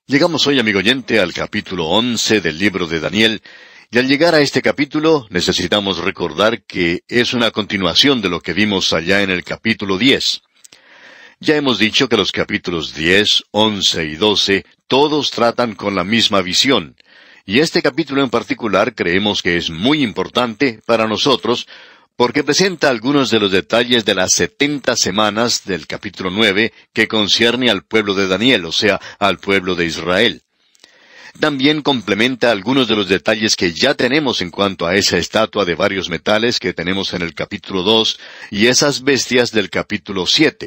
Llegamos hoy, amigo oyente, al capítulo 11 del libro de Daniel, y al llegar a este capítulo necesitamos recordar que es una continuación de lo que vimos allá en el capítulo 10. Ya hemos dicho que los capítulos 10, 11 y 12 todos tratan con la misma visión, y este capítulo en particular creemos que es muy importante para nosotros porque presenta algunos de los detalles de las 70 semanas del capítulo 9 que concierne al pueblo de Daniel, o sea, al pueblo de Israel. También complementa algunos de los detalles que ya tenemos en cuanto a esa estatua de varios metales que tenemos en el capítulo 2 y esas bestias del capítulo 7.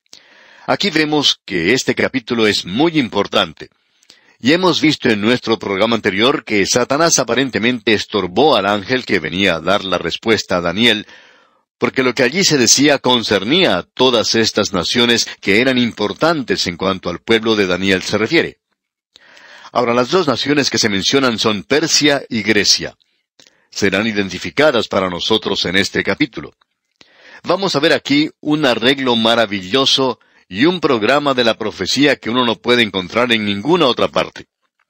Aquí vemos que este capítulo es muy importante. Y hemos visto en nuestro programa anterior que Satanás aparentemente estorbó al ángel que venía a dar la respuesta a Daniel, porque lo que allí se decía concernía a todas estas naciones que eran importantes en cuanto al pueblo de Daniel se refiere. Ahora, las dos naciones que se mencionan son Persia y Grecia. Serán identificadas para nosotros en este capítulo. Vamos a ver aquí un arreglo maravilloso y un programa de la profecía que uno no puede encontrar en ninguna otra parte.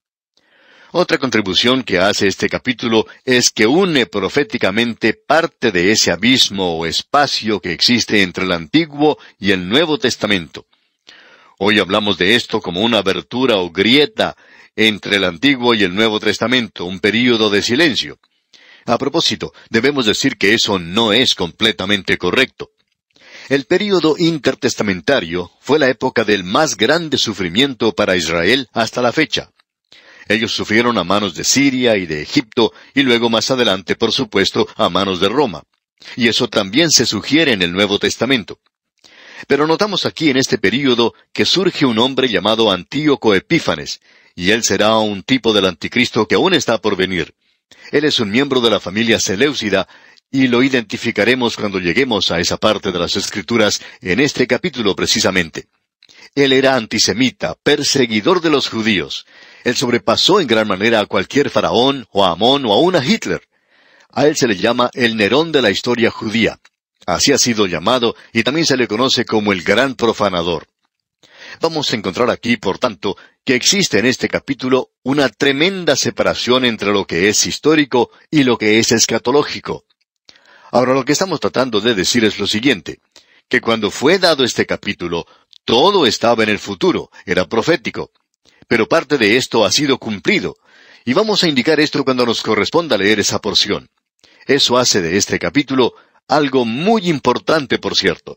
Otra contribución que hace este capítulo es que une proféticamente parte de ese abismo o espacio que existe entre el Antiguo y el Nuevo Testamento. Hoy hablamos de esto como una abertura o grieta entre el Antiguo y el Nuevo Testamento, un período de silencio. A propósito, debemos decir que eso no es completamente correcto. El período intertestamentario fue la época del más grande sufrimiento para Israel hasta la fecha. Ellos sufrieron a manos de Siria y de Egipto, y luego más adelante, por supuesto, a manos de Roma. Y eso también se sugiere en el Nuevo Testamento. Pero notamos aquí en este período que surge un hombre llamado Antíoco Epífanes, y él será un tipo del anticristo que aún está por venir. Él es un miembro de la familia Seleucida, y lo identificaremos cuando lleguemos a esa parte de las Escrituras en este capítulo precisamente. Él era antisemita, perseguidor de los judíos. Él sobrepasó en gran manera a cualquier faraón, o a Amón, o aún a Hitler. A él se le llama el Nerón de la historia judía. Así ha sido llamado, y también se le conoce como el gran profanador. Vamos a encontrar aquí, por tanto, que existe en este capítulo una tremenda separación entre lo que es histórico y lo que es escatológico. Ahora, lo que estamos tratando de decir es lo siguiente, que cuando fue dado este capítulo, todo estaba en el futuro, era profético. Pero parte de esto ha sido cumplido, y vamos a indicar esto cuando nos corresponda leer esa porción. Eso hace de este capítulo algo muy importante, por cierto.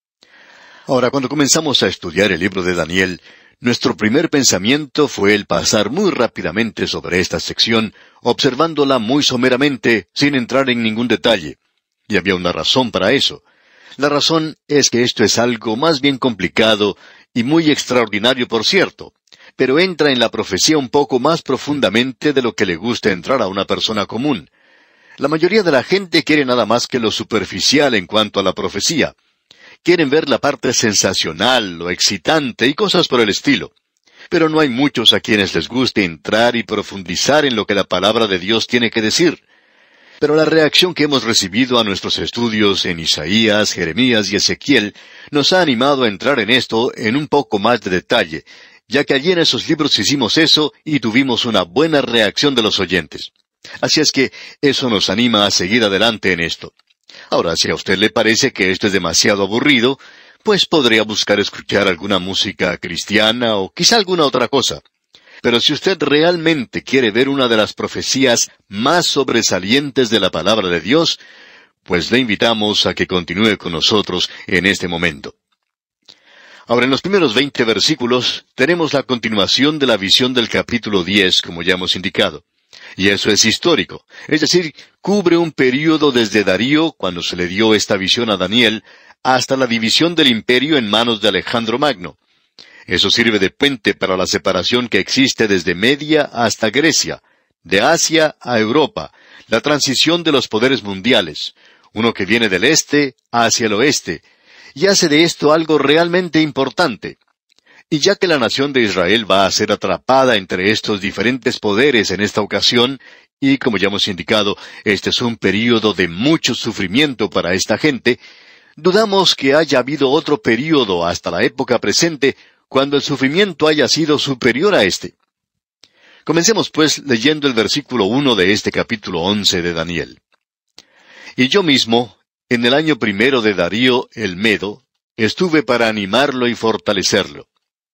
Ahora, cuando comenzamos a estudiar el libro de Daniel, nuestro primer pensamiento fue el pasar muy rápidamente sobre esta sección, observándola muy someramente, sin entrar en ningún detalle. Y había una razón para eso. La razón es que esto es algo más bien complicado y muy extraordinario, por cierto, pero entra en la profecía un poco más profundamente de lo que le gusta entrar a una persona común. La mayoría de la gente quiere nada más que lo superficial en cuanto a la profecía. Quieren ver la parte sensacional, lo excitante y cosas por el estilo. Pero no hay muchos a quienes les guste entrar y profundizar en lo que la palabra de Dios tiene que decir. Pero la reacción que hemos recibido a nuestros estudios en Isaías, Jeremías y Ezequiel nos ha animado a entrar en esto en un poco más de detalle, ya que allí en esos libros hicimos eso y tuvimos una buena reacción de los oyentes. Así es que eso nos anima a seguir adelante en esto. Ahora, si a usted le parece que esto es demasiado aburrido, pues podría buscar escuchar alguna música cristiana o quizá alguna otra cosa. Pero si usted realmente quiere ver una de las profecías más sobresalientes de la palabra de Dios, pues le invitamos a que continúe con nosotros en este momento. Ahora, en los primeros 20 versículos, tenemos la continuación de la visión del capítulo 10, como ya hemos indicado. Y eso es histórico, es decir, cubre un período desde Darío, cuando se le dio esta visión a Daniel, hasta la división del imperio en manos de Alejandro Magno. Eso sirve de puente para la separación que existe desde Media hasta Grecia, de Asia a Europa, la transición de los poderes mundiales, uno que viene del este hacia el oeste, y hace de esto algo realmente importante. Y ya que la nación de Israel va a ser atrapada entre estos diferentes poderes en esta ocasión, y como ya hemos indicado, este es un período de mucho sufrimiento para esta gente, dudamos que haya habido otro período hasta la época presente cuando el sufrimiento haya sido superior a éste. Comencemos pues leyendo el versículo 1 de este capítulo 11 de Daniel. Y yo mismo, en el año primero de Darío el Medo, estuve para animarlo y fortalecerlo.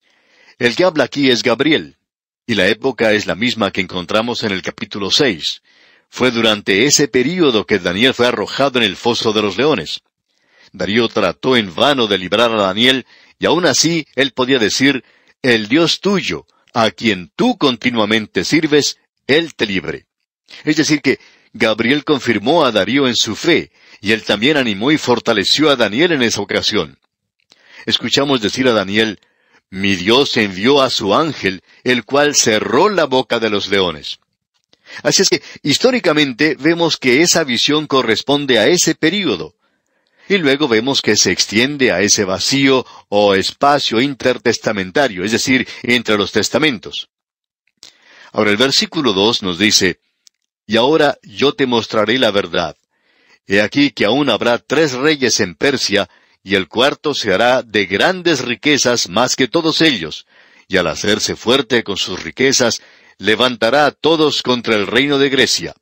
El que habla aquí es Gabriel, y la época es la misma que encontramos en el capítulo 6. Fue durante ese período que Daniel fue arrojado en el foso de los leones. Darío trató en vano de librar a Daniel, y aún así él podía decir, el Dios tuyo, a quien tú continuamente sirves, él te libre. Es decir que Gabriel confirmó a Darío en su fe, y él también animó y fortaleció a Daniel en esa ocasión. Escuchamos decir a Daniel, mi Dios envió a su ángel, el cual cerró la boca de los leones. Así es que, históricamente, vemos que esa visión corresponde a ese período. Y luego vemos que se extiende a ese vacío o espacio intertestamentario, es decir, entre los testamentos. Ahora el versículo 2 nos dice, y ahora yo te mostraré la verdad. He aquí que aún habrá 3 reyes en Persia, y el cuarto se hará de grandes riquezas más que todos ellos, y al hacerse fuerte con sus riquezas, levantará a todos contra el reino de Grecia.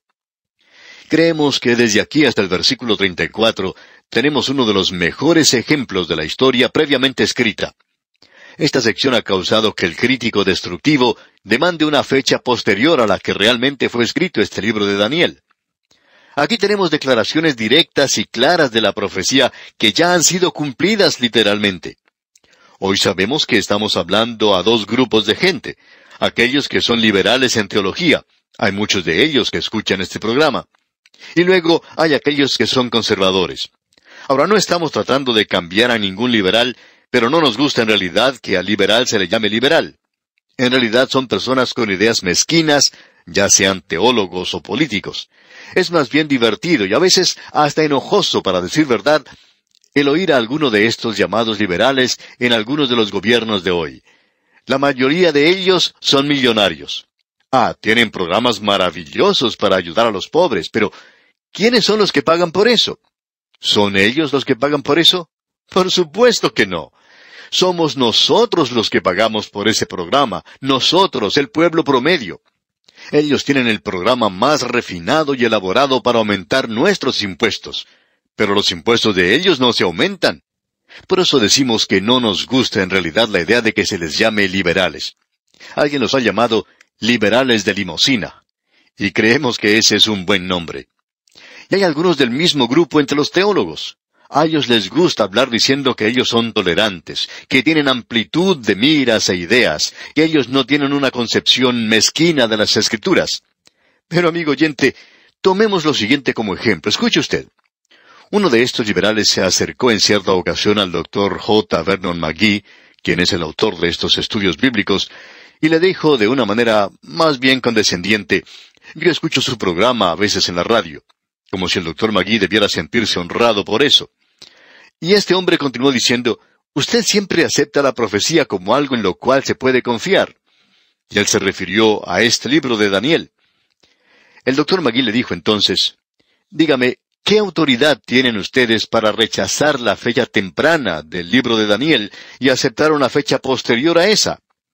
Creemos que desde aquí hasta el versículo 34 tenemos uno de los mejores ejemplos de la historia previamente escrita. Esta sección ha causado que el crítico destructivo demande una fecha posterior a la que realmente fue escrito este libro de Daniel. Aquí tenemos declaraciones directas y claras de la profecía que ya han sido cumplidas literalmente. Hoy sabemos que estamos hablando a 2 grupos de gente, aquellos que son liberales en teología. Hay muchos de ellos que escuchan este programa. Y luego hay aquellos que son conservadores. Ahora no estamos tratando de cambiar a ningún liberal, pero no nos gusta en realidad que al liberal se le llame liberal. En realidad son personas con ideas mezquinas, ya sean teólogos o políticos. Es más bien divertido y a veces hasta enojoso, para decir verdad, el oír a alguno de estos llamados liberales en algunos de los gobiernos de hoy. La mayoría de ellos son millonarios. Tienen programas maravillosos para ayudar a los pobres, pero ¿quiénes son los que pagan por eso? ¿Son ellos los que pagan por eso? Por supuesto que no. Somos nosotros los que pagamos por ese programa, nosotros, el pueblo promedio. Ellos tienen el programa más refinado y elaborado para aumentar nuestros impuestos, pero los impuestos de ellos no se aumentan. Por eso decimos que no nos gusta en realidad la idea de que se les llame liberales. Alguien los ha llamado liberales de limosina, y creemos que ese es un buen nombre. Y hay algunos del mismo grupo entre los teólogos. A ellos les gusta hablar diciendo que ellos son tolerantes, que tienen amplitud de miras e ideas, que ellos no tienen una concepción mezquina de las Escrituras. Pero, amigo oyente, tomemos lo siguiente como ejemplo. Escuche usted. Uno de estos liberales se acercó en cierta ocasión al Dr. J. Vernon McGee, quien es el autor de estos estudios bíblicos, y le dijo de una manera más bien condescendiente, yo escucho su programa a veces en la radio, como si el Dr. McGee debiera sentirse honrado por eso. Y este hombre continuó diciendo, usted siempre acepta la profecía como algo en lo cual se puede confiar. Y él se refirió a este libro de Daniel. El Dr. McGee le dijo entonces, dígame, ¿qué autoridad tienen ustedes para rechazar la fecha temprana del libro de Daniel y aceptar una fecha posterior a esa?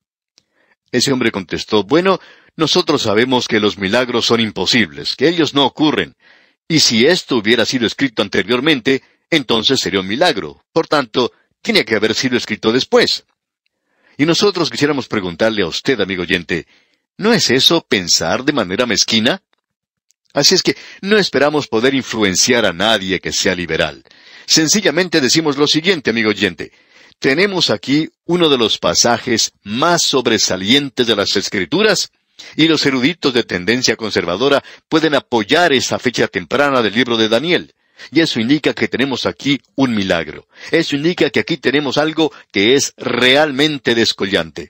Ese hombre contestó, bueno, nosotros sabemos que los milagros son imposibles, que ellos no ocurren. Y si esto hubiera sido escrito anteriormente, entonces sería un milagro. Por tanto, tiene que haber sido escrito después. Y nosotros quisiéramos preguntarle a usted, amigo oyente, ¿no es eso pensar de manera mezquina? Así es que no esperamos poder influenciar a nadie que sea liberal. Sencillamente decimos lo siguiente, amigo oyente. Tenemos aquí uno de los pasajes más sobresalientes de las Escrituras, y los eruditos de tendencia conservadora pueden apoyar esa fecha temprana del libro de Daniel. Y eso indica que tenemos aquí un milagro. Eso indica que aquí tenemos algo que es realmente descollante.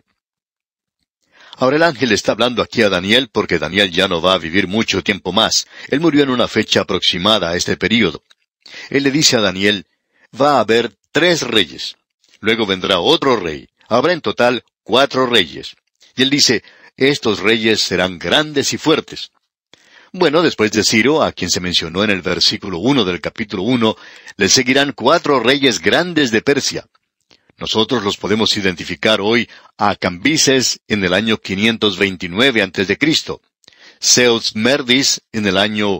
Ahora el ángel está hablando aquí a Daniel porque Daniel ya no va a vivir mucho tiempo más. Él murió en una fecha aproximada a este período. Él le dice a Daniel, va a haber 3 reyes. Luego vendrá otro rey. Habrá en total 4 reyes. Y él dice, estos reyes serán grandes y fuertes. Bueno, después de Ciro, a quien se mencionó en el versículo 1 del capítulo 1, le seguirán 4 reyes grandes de Persia. Nosotros los podemos identificar hoy a Cambises en el año 529 a.C., Seuts-Merdis en el año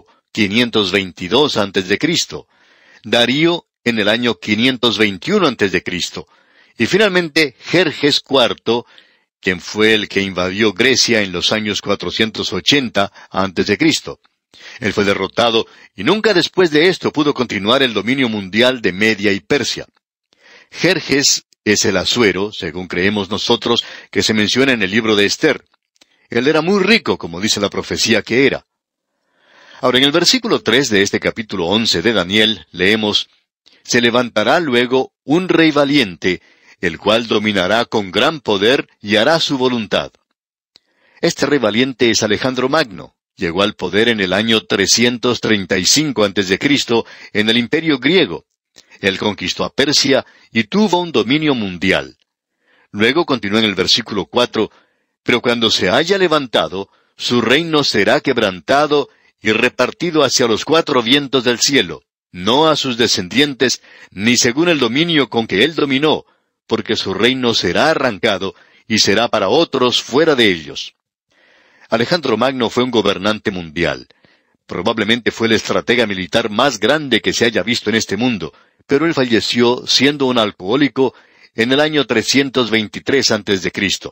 522 a.C., Darío en el año 521 a.C., y finalmente Jerjes IV, quien fue el que invadió Grecia en los años 480 a.C. Él fue derrotado y nunca después de esto pudo continuar el dominio mundial de Media y Persia. Jerjes es el Asuero, según creemos nosotros, que se menciona en el libro de Esther. Él era muy rico, como dice la profecía que era. Ahora, en el versículo 3 de este capítulo 11 de Daniel, leemos: «Se levantará luego un rey valiente, el cual dominará con gran poder y hará su voluntad». Este rey valiente es Alejandro Magno. Llegó al poder en el año 335 a.C., en el Imperio griego. Él conquistó a Persia y tuvo un dominio mundial. Luego continuó en el versículo 4, «Pero cuando se haya levantado, su reino será quebrantado y repartido hacia los cuatro vientos del cielo, no a sus descendientes, ni según el dominio con que él dominó, porque su reino será arrancado y será para otros fuera de ellos». Alejandro Magno fue un gobernante mundial. Probablemente fue el estratega militar más grande que se haya visto en este mundo, pero él falleció siendo un alcohólico en el año 323 a.C.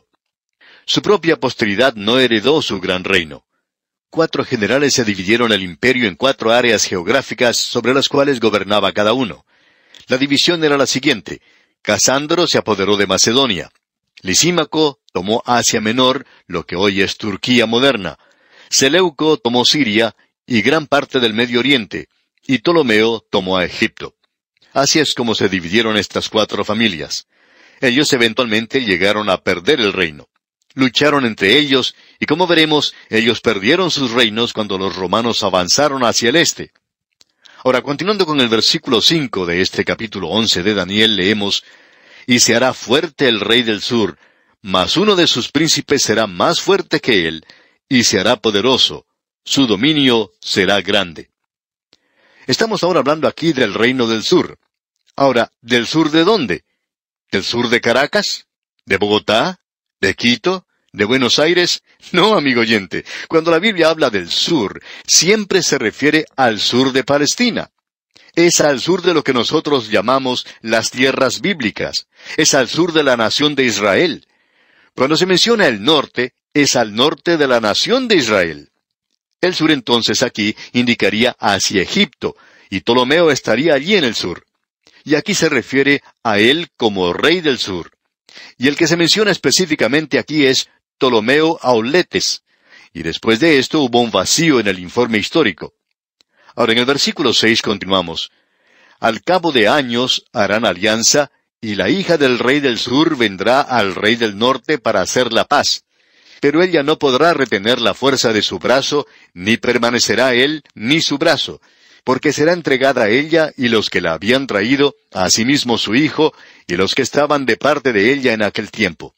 Su propia posteridad no heredó su gran reino. 4 generales se dividieron el imperio en 4 áreas geográficas sobre las cuales gobernaba cada uno. La división era la siguiente: Casandro se apoderó de Macedonia. Lisímaco tomó Asia Menor, lo que hoy es Turquía moderna. Seleuco tomó Siria y gran parte del Medio Oriente, y Ptolomeo tomó a Egipto. Así es como se dividieron estas 4 familias. Ellos eventualmente llegaron a perder el reino. Lucharon entre ellos, y como veremos, ellos perdieron sus reinos cuando los romanos avanzaron hacia el este. Ahora, continuando con el versículo 5 de este capítulo 11 de Daniel, leemos: «Y se hará fuerte el rey del sur, mas uno de sus príncipes será más fuerte que él, y se hará poderoso. Su dominio será grande». Estamos ahora hablando aquí del reino del sur. Ahora, ¿del sur de dónde? ¿Del sur de Caracas? ¿De Bogotá? ¿De Quito? ¿De Buenos Aires? No, amigo oyente. Cuando la Biblia habla del sur, siempre se refiere al sur de Palestina. Es al sur de lo que nosotros llamamos las tierras bíblicas. Es al sur de la nación de Israel. Cuando se menciona el norte, es al norte de la nación de Israel. El sur entonces aquí indicaría hacia Egipto, y Ptolomeo estaría allí en el sur. Y aquí se refiere a él como rey del sur. Y el que se menciona específicamente aquí es Ptolomeo Auletes. Y después de esto hubo un vacío en el informe histórico. Ahora en el versículo 6 continuamos: «Al cabo de años harán alianza, y la hija del rey del sur vendrá al rey del norte para hacer la paz. Pero ella no podrá retener la fuerza de su brazo, ni permanecerá él, ni su brazo, porque será entregada a ella y los que la habían traído, asimismo su hijo, y los que estaban de parte de ella en aquel tiempo».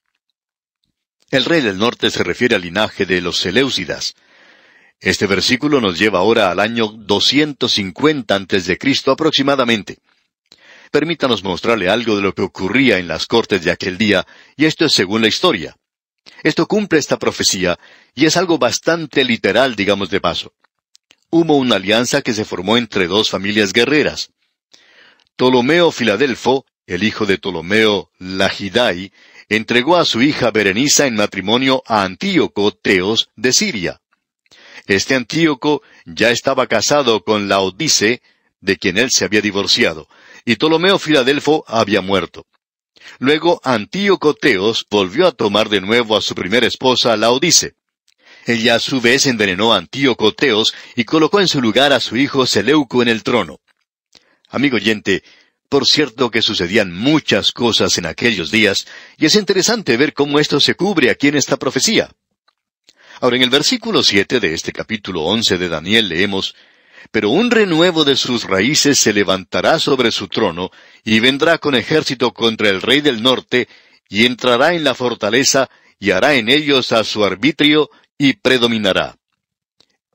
El rey del norte se refiere al linaje de los Seleucidas. Este versículo nos lleva ahora al año 250 a.C. aproximadamente. Permítanos mostrarle algo de lo que ocurría en las cortes de aquel día, y esto es según la historia. Esto cumple esta profecía, y es algo bastante literal, digamos de paso. Hubo una alianza que se formó entre 2 familias guerreras. Ptolomeo Filadelfo, el hijo de Ptolomeo Lagidai, entregó a su hija Berenice en matrimonio a Antíoco Teos de Siria. Este Antíoco ya estaba casado con Laodice, de quien él se había divorciado, y Ptolomeo Filadelfo había muerto. Luego Antíoco Teos volvió a tomar de nuevo a su primera esposa Laodice. Ella a su vez envenenó a Antíoco Teos y colocó en su lugar a su hijo Seleuco en el trono. Amigo oyente, por cierto que sucedían muchas cosas en aquellos días, y es interesante ver cómo esto se cubre aquí en esta profecía. Ahora, en el versículo 7 de este capítulo 11 de Daniel leemos: «Pero un renuevo de sus raíces se levantará sobre su trono, y vendrá con ejército contra el rey del norte, y entrará en la fortaleza, y hará en ellos a su arbitrio, y predominará».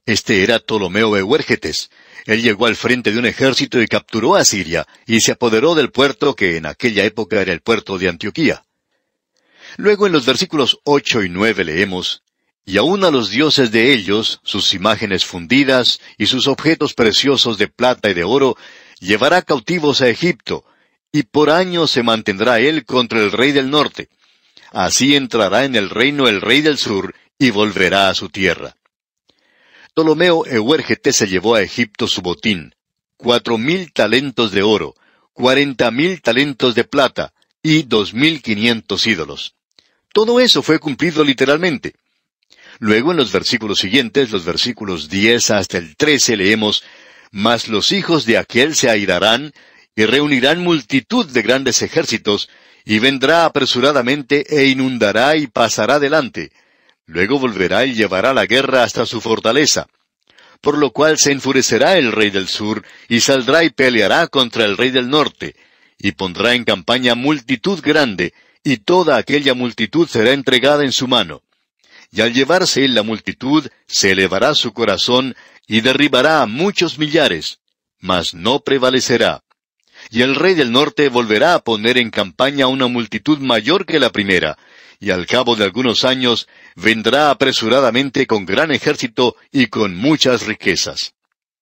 Este era Ptolomeo Euérgetes. Él llegó al frente de un ejército y capturó a Siria, y se apoderó del puerto que en aquella época era el puerto de Antioquía. Luego en los versículos 8 y 9 leemos: «Y aun a los dioses de ellos, sus imágenes fundidas, y sus objetos preciosos de plata y de oro, llevará cautivos a Egipto, y por años se mantendrá él contra el rey del norte. Así entrará en el reino el rey del sur, y volverá a su tierra». Ptolomeo Euérgetes se llevó a Egipto su botín, 4,000 talentos de oro, 40,000 talentos de plata, y 2,500 ídolos. Todo eso fue cumplido literalmente. Luego en los versículos siguientes, los versículos 10 hasta el 13, leemos: «Mas los hijos de aquel se airarán, y reunirán multitud de grandes ejércitos, y vendrá apresuradamente, e inundará y pasará delante. Luego volverá y llevará la guerra hasta su fortaleza. Por lo cual se enfurecerá el rey del sur, y saldrá y peleará contra el rey del norte, y pondrá en campaña multitud grande, y toda aquella multitud será entregada en su mano. Y al llevarse él la multitud, se elevará su corazón, y derribará a muchos millares, mas no prevalecerá. Y el rey del norte volverá a poner en campaña una multitud mayor que la primera, y al cabo de algunos años vendrá apresuradamente con gran ejército y con muchas riquezas».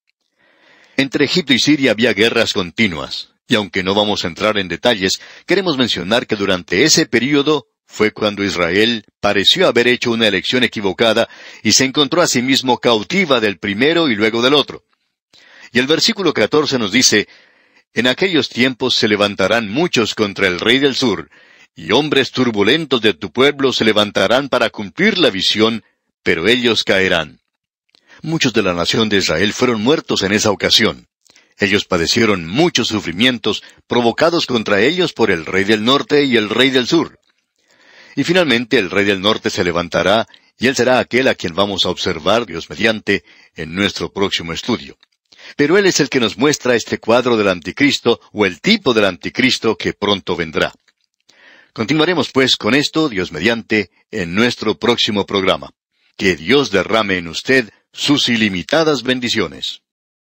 Entre Egipto y Siria había guerras continuas, y aunque no vamos a entrar en detalles, queremos mencionar que durante ese período fue cuando Israel pareció haber hecho una elección equivocada y se encontró a sí mismo cautiva del primero y luego del otro. Y el versículo 14 nos dice: «En aquellos tiempos se levantarán muchos contra el rey del sur, y hombres turbulentos de tu pueblo se levantarán para cumplir la visión, pero ellos caerán». Muchos de la nación de Israel fueron muertos en esa ocasión. Ellos padecieron muchos sufrimientos provocados contra ellos por el rey del norte y el rey del sur. Y finalmente el rey del norte se levantará, y él será aquel a quien vamos a observar, Dios mediante, en nuestro próximo estudio. Pero él es el que nos muestra este cuadro del anticristo, o el tipo del anticristo que pronto vendrá. Continuaremos pues con esto, Dios mediante, en nuestro próximo programa. Que Dios derrame en usted sus ilimitadas bendiciones.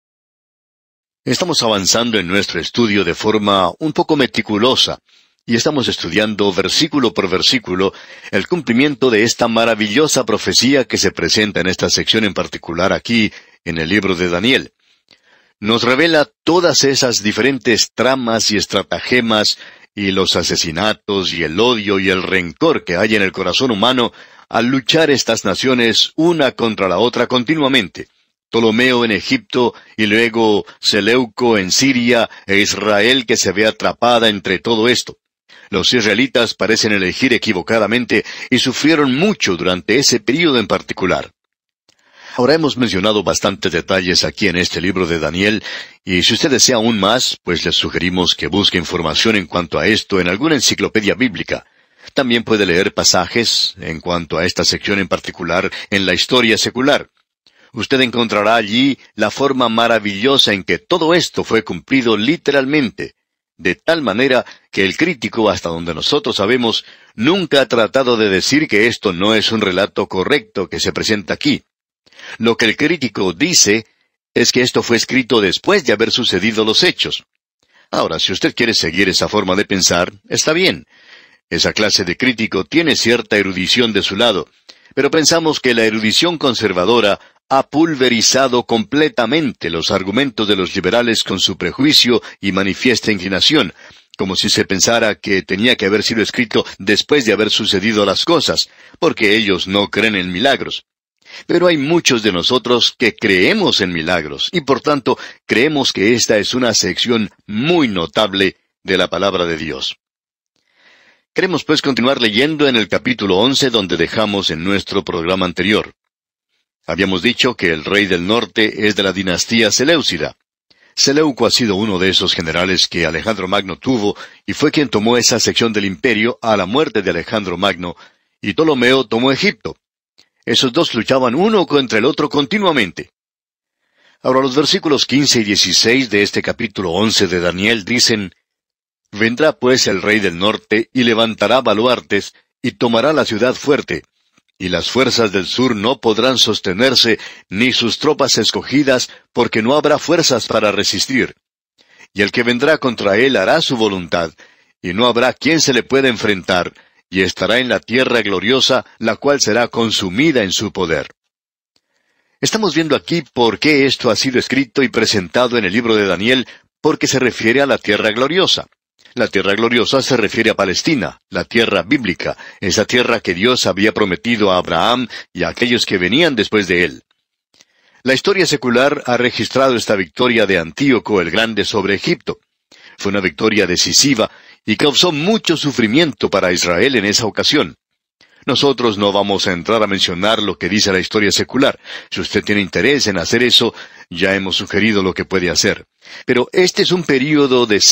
Estamos avanzando en nuestro estudio de forma un poco meticulosa, y estamos estudiando versículo por versículo el cumplimiento de esta maravillosa profecía que se presenta en esta sección en particular aquí, en el libro de Daniel. Nos revela todas esas diferentes tramas y estratagemas, y los asesinatos y el odio y el rencor que hay en el corazón humano al luchar estas naciones una contra la otra continuamente. Ptolomeo en Egipto, y luego Seleuco en Siria, e Israel que se ve atrapada entre todo esto. Los israelitas parecen elegir equivocadamente y sufrieron mucho durante ese período en particular. Ahora hemos mencionado bastantes detalles aquí en este libro de Daniel, y si usted desea aún más, pues les sugerimos que busque información en cuanto a esto en alguna enciclopedia bíblica. También puede leer pasajes en cuanto a esta sección en particular en la historia secular. Usted encontrará allí la forma maravillosa en que todo esto fue cumplido literalmente, de tal manera que el crítico, hasta donde nosotros sabemos, nunca ha tratado de decir que esto no es un relato correcto que se presenta aquí. Lo que el crítico dice es que esto fue escrito después de haber sucedido los hechos. Ahora, si usted quiere seguir esa forma de pensar, está bien. Esa clase de crítico tiene cierta erudición de su lado, pero pensamos que la erudición conservadora ha pulverizado completamente los argumentos de los liberales con su prejuicio y manifiesta inclinación, como si se pensara que tenía que haber sido escrito después de haber sucedido las cosas, porque ellos no creen en milagros. Pero hay muchos de nosotros que creemos en milagros, y por tanto creemos que esta es una sección muy notable de la palabra de Dios. Queremos pues continuar leyendo en el capítulo 11 donde dejamos en nuestro programa anterior. Habíamos dicho que el rey del norte es de la dinastía Seleucida. Seleuco ha sido uno de esos generales que Alejandro Magno tuvo, y fue quien tomó esa sección del imperio a la muerte de Alejandro Magno, y Ptolomeo tomó Egipto. Esos dos luchaban uno contra el otro continuamente. Ahora los versículos 15 y 16 de este capítulo 11 de Daniel dicen: «Vendrá pues el rey del norte, y levantará baluartes, y tomará la ciudad fuerte, y las fuerzas del sur no podrán sostenerse, ni sus tropas escogidas, porque no habrá fuerzas para resistir. Y el que vendrá contra él hará su voluntad, y no habrá quien se le pueda enfrentar, y estará en la tierra gloriosa, la cual será consumida en su poder. Estamos viendo aquí por qué esto ha sido escrito y presentado en el libro de Daniel, porque se refiere a la tierra gloriosa. La tierra gloriosa se refiere a Palestina, la tierra bíblica, esa tierra que Dios había prometido a Abraham y a aquellos que venían después de él. La historia secular ha registrado esta victoria de Antíoco el Grande sobre Egipto. Fue una victoria decisiva y causó mucho sufrimiento para Israel en esa ocasión. Nosotros no vamos a entrar a mencionar lo que dice la historia secular. Si usted tiene interés en hacer eso, ya hemos sugerido lo que puede hacer. Pero este es un período de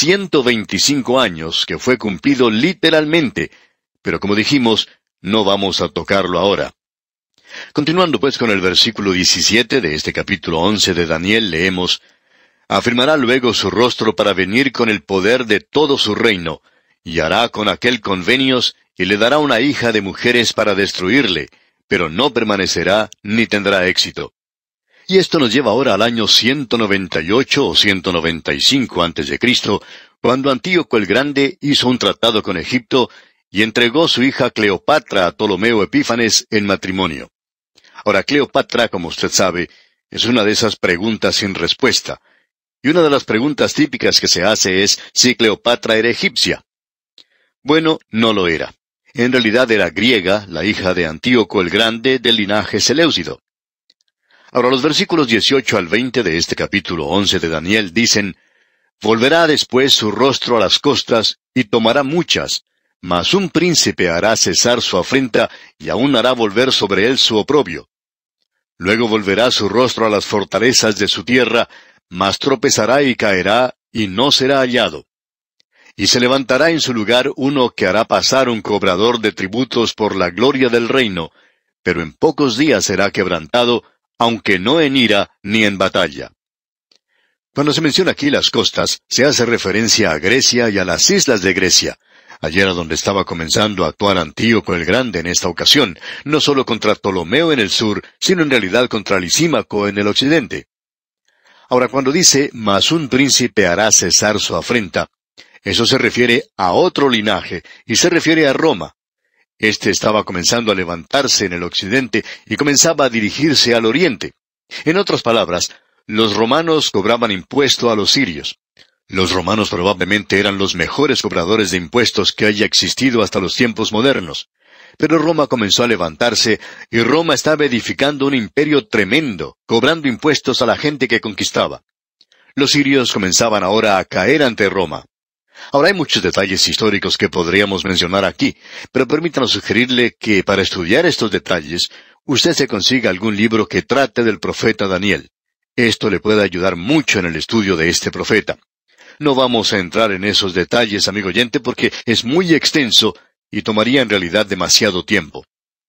125 años que fue cumplido literalmente. Pero como dijimos, no vamos a tocarlo ahora. Continuando pues con el versículo 17 de este capítulo 11 de Daniel, leemos: Afirmará luego su rostro para venir con el poder de todo su reino, y hará con aquel convenios, y le dará una hija de mujeres para destruirle, pero no permanecerá ni tendrá éxito. Y esto nos lleva ahora al año 198 o 195 a.C., cuando Antíoco el Grande hizo un tratado con Egipto y entregó su hija Cleopatra a Ptolomeo Epífanes en matrimonio. Ahora, Cleopatra, como usted sabe, es una de esas preguntas sin respuesta. Y una de las preguntas típicas que se hace es si Cleopatra era egipcia. Bueno, no lo era. En realidad era griega, la hija de Antíoco el Grande del linaje seleucido. Ahora los versículos 18 al 20 de este capítulo 11 de Daniel dicen: Volverá después su rostro a las costas, y tomará muchas, mas un príncipe hará cesar su afrenta, y aún hará volver sobre él su oprobio. Luego volverá su rostro a las fortalezas de su tierra, mas tropezará y caerá, y no será hallado. Y se levantará en su lugar uno que hará pasar un cobrador de tributos por la gloria del reino, pero en pocos días será quebrantado, aunque no en ira ni en batalla. Cuando se menciona aquí las costas, se hace referencia a Grecia y a las islas de Grecia. Allí era donde estaba comenzando a actuar Antíoco el Grande en esta ocasión, no solo contra Ptolomeo en el sur, sino en realidad contra Lisímaco en el occidente. Ahora, cuando dice, mas un príncipe hará cesar su afrenta, eso se refiere a otro linaje, y se refiere a Roma. Este estaba comenzando a levantarse en el occidente y comenzaba a dirigirse al oriente. En otras palabras, los romanos cobraban impuesto a los sirios. Los romanos probablemente eran los mejores cobradores de impuestos que haya existido hasta los tiempos modernos. Pero Roma comenzó a levantarse, y Roma estaba edificando un imperio tremendo, cobrando impuestos a la gente que conquistaba. Los sirios comenzaban ahora a caer ante Roma. Ahora hay muchos detalles históricos que podríamos mencionar aquí, pero permítanos sugerirle que para estudiar estos detalles, usted se consiga algún libro que trate del profeta Daniel. Esto le puede ayudar mucho en el estudio de este profeta. No vamos a entrar en esos detalles, amigo oyente, porque es muy extenso y tomaría en realidad demasiado tiempo.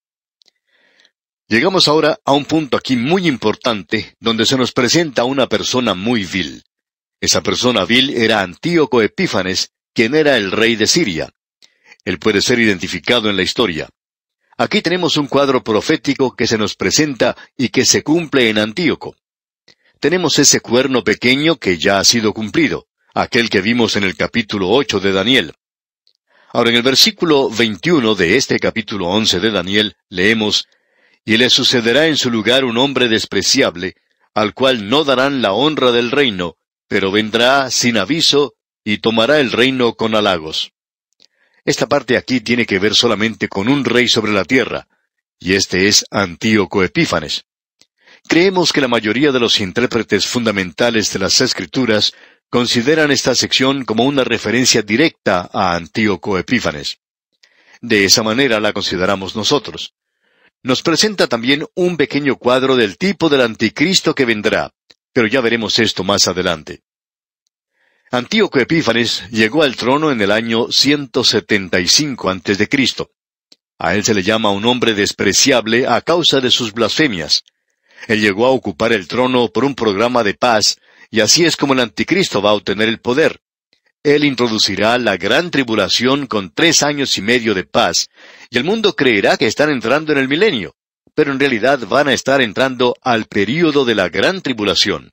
Llegamos ahora a un punto aquí muy importante, donde se nos presenta una persona muy vil. Esa persona vil era Antíoco Epífanes, quien era el rey de Siria. Él puede ser identificado en la historia. Aquí tenemos un cuadro profético que se nos presenta y que se cumple en Antíoco. Tenemos ese cuerno pequeño que ya ha sido cumplido, aquel que vimos en el capítulo 8 de Daniel. Ahora en el versículo 21 de este capítulo 11 de Daniel leemos: Y le sucederá en su lugar un hombre despreciable, al cual no darán la honra del reino, pero vendrá sin aviso, y tomará el reino con halagos. Esta parte aquí tiene que ver solamente con un rey sobre la tierra, y este es Antíoco Epífanes. Creemos que la mayoría de los intérpretes fundamentales de las Escrituras consideran esta sección como una referencia directa a Antíoco Epífanes. De esa manera la consideramos nosotros. Nos presenta también un pequeño cuadro del tipo del anticristo que vendrá, pero ya veremos esto más adelante. Antíoco Epífanes llegó al trono en el año 175 a.C. A él se le llama un hombre despreciable a causa de sus blasfemias. Él llegó a ocupar el trono por un programa de paz, y así es como el anticristo va a obtener el poder. Él introducirá la gran tribulación con 3 años y medio de paz, y el mundo creerá que están entrando en el milenio, pero en realidad van a estar entrando al período de la gran tribulación.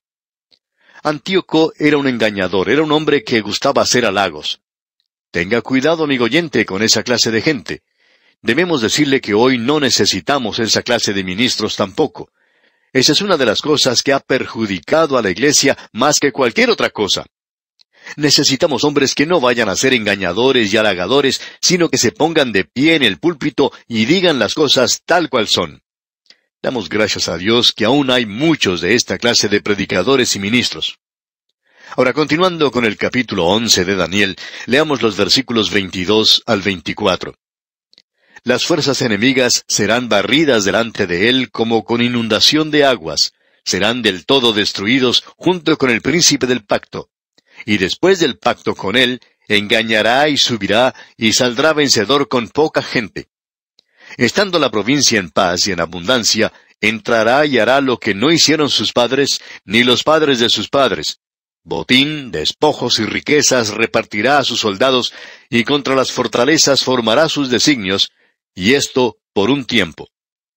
Antíoco era un engañador, era un hombre que gustaba hacer halagos. Tenga cuidado, amigo oyente, con esa clase de gente. Debemos decirle que hoy no necesitamos esa clase de ministros tampoco. Esa es una de las cosas que ha perjudicado a la iglesia más que cualquier otra cosa. Necesitamos hombres que no vayan a ser engañadores y halagadores, sino que se pongan de pie en el púlpito y digan las cosas tal cual son. Damos gracias a Dios que aún hay muchos de esta clase de predicadores y ministros. Ahora, continuando con el capítulo 11 de Daniel, leamos los versículos 22 al 24. Las fuerzas enemigas serán barridas delante de él como con inundación de aguas, serán del todo destruidos junto con el príncipe del pacto. Y después del pacto con él, engañará y subirá, y saldrá vencedor con poca gente. Estando la provincia en paz y en abundancia, entrará y hará lo que no hicieron sus padres, ni los padres de sus padres. Botín, despojos y riquezas repartirá a sus soldados, y contra las fortalezas formará sus designios, y esto por un tiempo.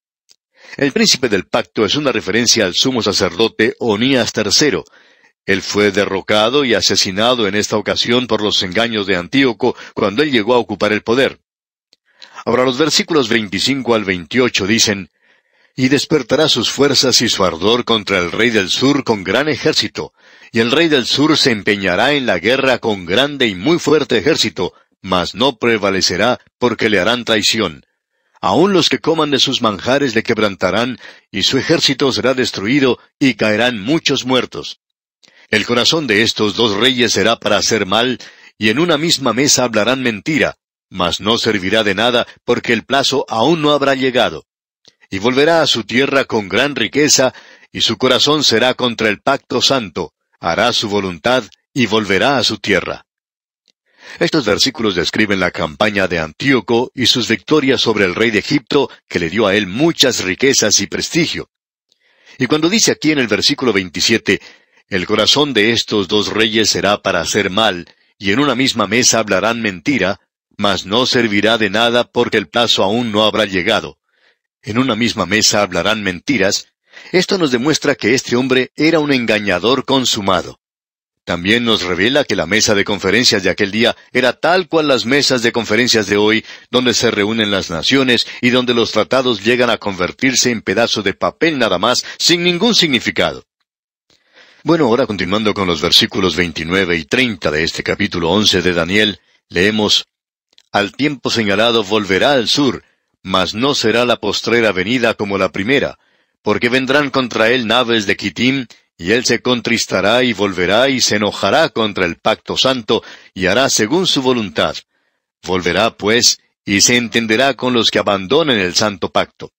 El príncipe del pacto es una referencia al sumo sacerdote Onías III. Él fue derrocado y asesinado en esta ocasión por los engaños de Antíoco cuando él llegó a ocupar el poder. Ahora los versículos 25 al 28 dicen, «Y despertará sus fuerzas y su ardor contra el rey del sur con gran ejército, y el rey del sur se empeñará en la guerra con grande y muy fuerte ejército, mas no prevalecerá porque le harán traición. Aun los que coman de sus manjares le quebrantarán, y su ejército será destruido, y caerán muchos muertos. El corazón de estos dos reyes será para hacer mal, y en una misma mesa hablarán mentira, mas no servirá de nada, porque el plazo aún no habrá llegado. Y volverá a su tierra con gran riqueza, y su corazón será contra el pacto santo, hará su voluntad, y volverá a su tierra». Estos versículos describen la campaña de Antíoco y sus victorias sobre el rey de Egipto, que le dio a él muchas riquezas y prestigio. Y cuando dice aquí en el versículo 27, «El corazón de estos dos reyes será para hacer mal, y en una misma mesa hablarán mentira, mas no servirá de nada porque el plazo aún no habrá llegado. En una misma mesa hablarán mentiras», esto nos demuestra que este hombre era un engañador consumado. También nos revela que la mesa de conferencias de aquel día era tal cual las mesas de conferencias de hoy, donde se reúnen las naciones y donde los tratados llegan a convertirse en pedazos de papel nada más, sin ningún significado. Bueno, ahora continuando con los versículos 29 y 30 de este capítulo 11 de Daniel, leemos, «Al tiempo señalado volverá al sur, mas no será la postrera venida como la primera, porque vendrán contra él naves de Quitim, y él se contristará y volverá y se enojará contra el pacto santo, y hará según su voluntad. Volverá, pues, y se entenderá con los que abandonen el santo pacto».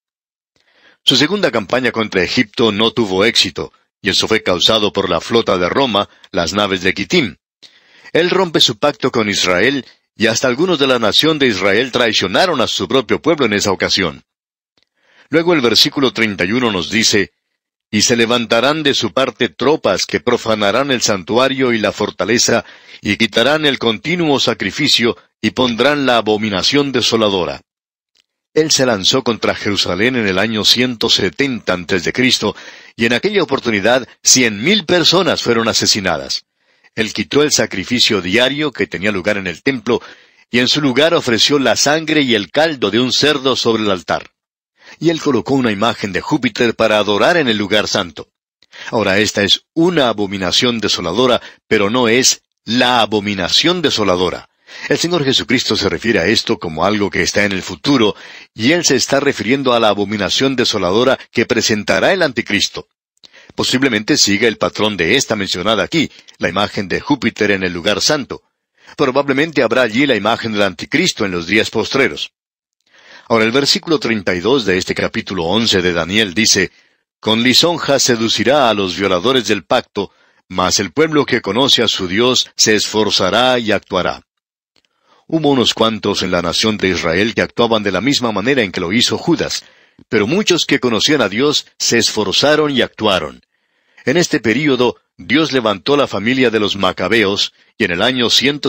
Su segunda campaña contra Egipto no tuvo éxito, y eso fue causado por la flota de Roma, las naves de Quitim. Él rompe su pacto con Israel, y hasta algunos de la nación de Israel traicionaron a su propio pueblo en esa ocasión. Luego el versículo 31 nos dice, «Y se levantarán de su parte tropas que profanarán el santuario y la fortaleza, y quitarán el continuo sacrificio, y pondrán la abominación desoladora». Él se lanzó contra Jerusalén en el año 170 a.C., y en aquella oportunidad 100,000 personas fueron asesinadas. Él quitó el sacrificio diario que tenía lugar en el templo, y en su lugar ofreció la sangre y el caldo de un cerdo sobre el altar. Y él colocó una imagen de Júpiter para adorar en el lugar santo. Ahora, esta es una abominación desoladora, pero no es la abominación desoladora. El Señor Jesucristo se refiere a esto como algo que está en el futuro, y Él se está refiriendo a la abominación desoladora que presentará el Anticristo. Posiblemente siga el patrón de esta mencionada aquí, la imagen de Júpiter en el lugar santo. Probablemente habrá allí la imagen del Anticristo en los días postreros. Ahora el versículo 32 de este capítulo 11 de Daniel dice, «Con lisonja seducirá a los violadores del pacto, mas el pueblo que conoce a su Dios se esforzará y actuará». Hubo unos cuantos en la nación de Israel que actuaban de la misma manera en que lo hizo Judas, pero muchos que conocían a Dios se esforzaron y actuaron. En este período, Dios levantó la familia de los Macabeos, y en el año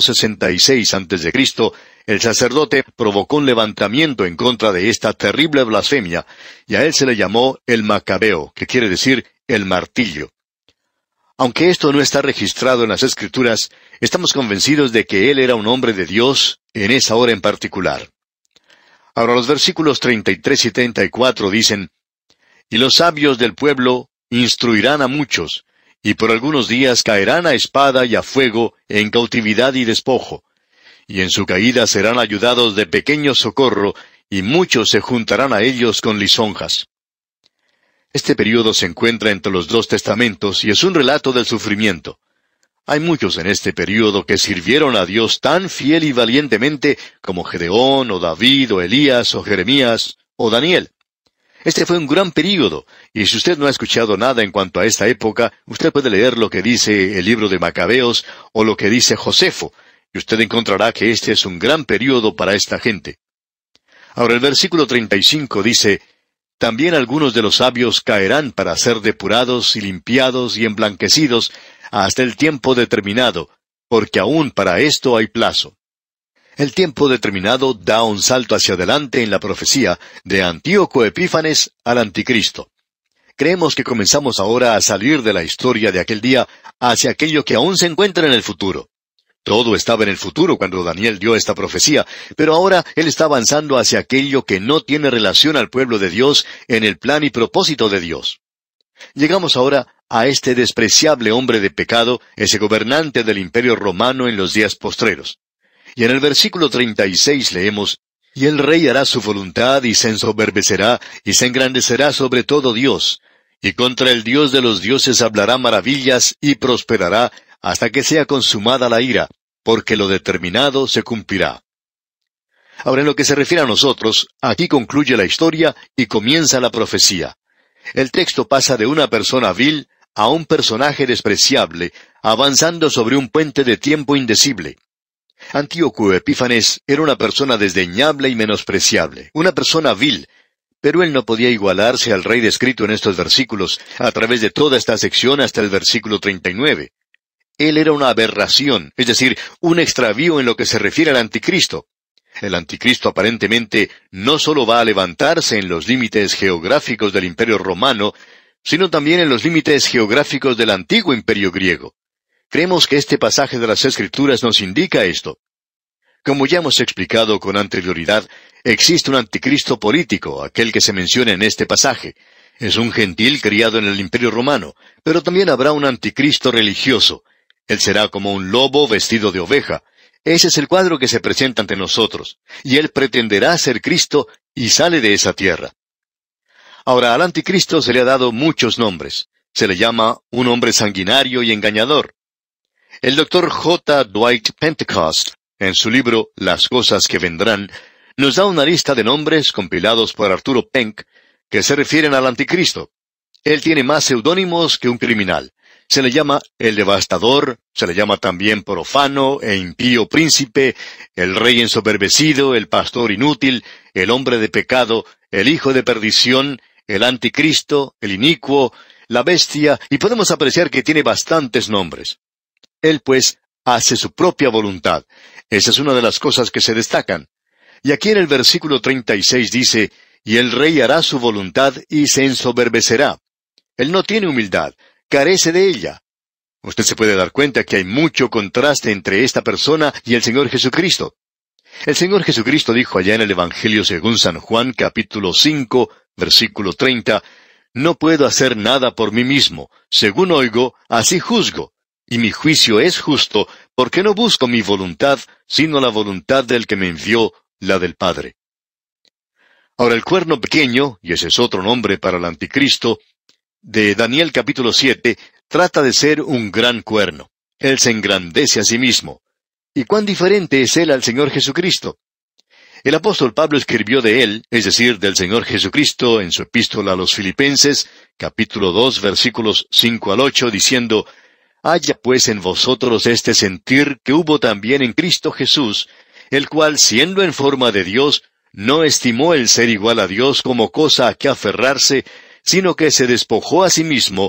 166 a.C., el sacerdote provocó un levantamiento en contra de esta terrible blasfemia, y a él se le llamó el Macabeo, que quiere decir el martillo. Aunque esto no está registrado en las Escrituras, estamos convencidos de que él era un hombre de Dios en esa hora en particular. Ahora los versículos 33 y 34 dicen, «Y los sabios del pueblo instruirán a muchos, y por algunos días caerán a espada y a fuego, en cautividad y despojo. Y en su caída serán ayudados de pequeño socorro, y muchos se juntarán a ellos con lisonjas». Este período se encuentra entre los dos testamentos y es un relato del sufrimiento. Hay muchos en este período que sirvieron a Dios tan fiel y valientemente como Gedeón, o David, o Elías, o Jeremías, o Daniel. Este fue un gran período, y si usted no ha escuchado nada en cuanto a esta época, usted puede leer lo que dice el libro de Macabeos o lo que dice Josefo, y usted encontrará que este es un gran período para esta gente. Ahora el versículo 35 dice, «También algunos de los sabios caerán para ser depurados y limpiados y emblanquecidos hasta el tiempo determinado, porque aún para esto hay plazo». El tiempo determinado da un salto hacia adelante en la profecía de Antíoco Epífanes al Anticristo. Creemos que comenzamos ahora a salir de la historia de aquel día hacia aquello que aún se encuentra en el futuro. Todo estaba en el futuro cuando Daniel dio esta profecía, pero ahora él está avanzando hacia aquello que no tiene relación al pueblo de Dios en el plan y propósito de Dios. Llegamos ahora a este despreciable hombre de pecado, ese gobernante del Imperio Romano en los días postreros. Y en el versículo 36 leemos, «Y el rey hará su voluntad, y se ensoberbecerá, y se engrandecerá sobre todo Dios, y contra el Dios de los dioses hablará maravillas, y prosperará, hasta que sea consumada la ira, porque lo determinado se cumplirá». Ahora, en lo que se refiere a nosotros, aquí concluye la historia y comienza la profecía. El texto pasa de una persona vil a un personaje despreciable, avanzando sobre un puente de tiempo indecible. Antíoco Epífanes era una persona desdeñable y menospreciable, una persona vil, pero él no podía igualarse al rey descrito en estos versículos, a través de toda esta sección hasta el versículo 39. Él era una aberración, es decir, un extravío en lo que se refiere al anticristo. El anticristo aparentemente no solo va a levantarse en los límites geográficos del Imperio Romano, sino también en los límites geográficos del antiguo Imperio griego. Creemos que este pasaje de las Escrituras nos indica esto. Como ya hemos explicado con anterioridad, existe un anticristo político, aquel que se menciona en este pasaje. Es un gentil criado en el Imperio Romano, pero también habrá un anticristo religioso. Él será como un lobo vestido de oveja. Ese es el cuadro que se presenta ante nosotros, y él pretenderá ser Cristo y sale de esa tierra. Ahora, al anticristo se le ha dado muchos nombres. Se le llama un hombre sanguinario y engañador. El Dr. J. Dwight Pentecost, en su libro Las cosas que vendrán, nos da una lista de nombres compilados por Arturo Penck que se refieren al anticristo. Él tiene más seudónimos que un criminal. Se le llama el devastador, se le llama también profano e impío príncipe, el rey ensoberbecido, el pastor inútil, el hombre de pecado, el hijo de perdición, el anticristo, el inicuo, la bestia, y podemos apreciar que tiene bastantes nombres. Él, pues, hace su propia voluntad. Esa es una de las cosas que se destacan. Y aquí en el versículo 36 dice, «Y el rey hará su voluntad y se ensoberbecerá». Él no tiene humildad, carece de ella. Usted se puede dar cuenta que hay mucho contraste entre esta persona y el Señor Jesucristo. El Señor Jesucristo dijo allá en el Evangelio según San Juan, capítulo 5, versículo 30, «No puedo hacer nada por mí mismo. Según oigo, así juzgo. Y mi juicio es justo, porque no busco mi voluntad, sino la voluntad del que me envió, la del Padre». Ahora el cuerno pequeño, y ese es otro nombre para el anticristo, de Daniel capítulo 7, trata de ser un gran cuerno. Él se engrandece a sí mismo. ¿Y cuán diferente es él al Señor Jesucristo? El apóstol Pablo escribió de él, es decir, del Señor Jesucristo, en su epístola a los Filipenses, capítulo 2, versículos 5 al 8, diciendo, «Haya pues en vosotros este sentir que hubo también en Cristo Jesús, el cual, siendo en forma de Dios, no estimó el ser igual a Dios como cosa a que aferrarse, sino que se despojó a sí mismo,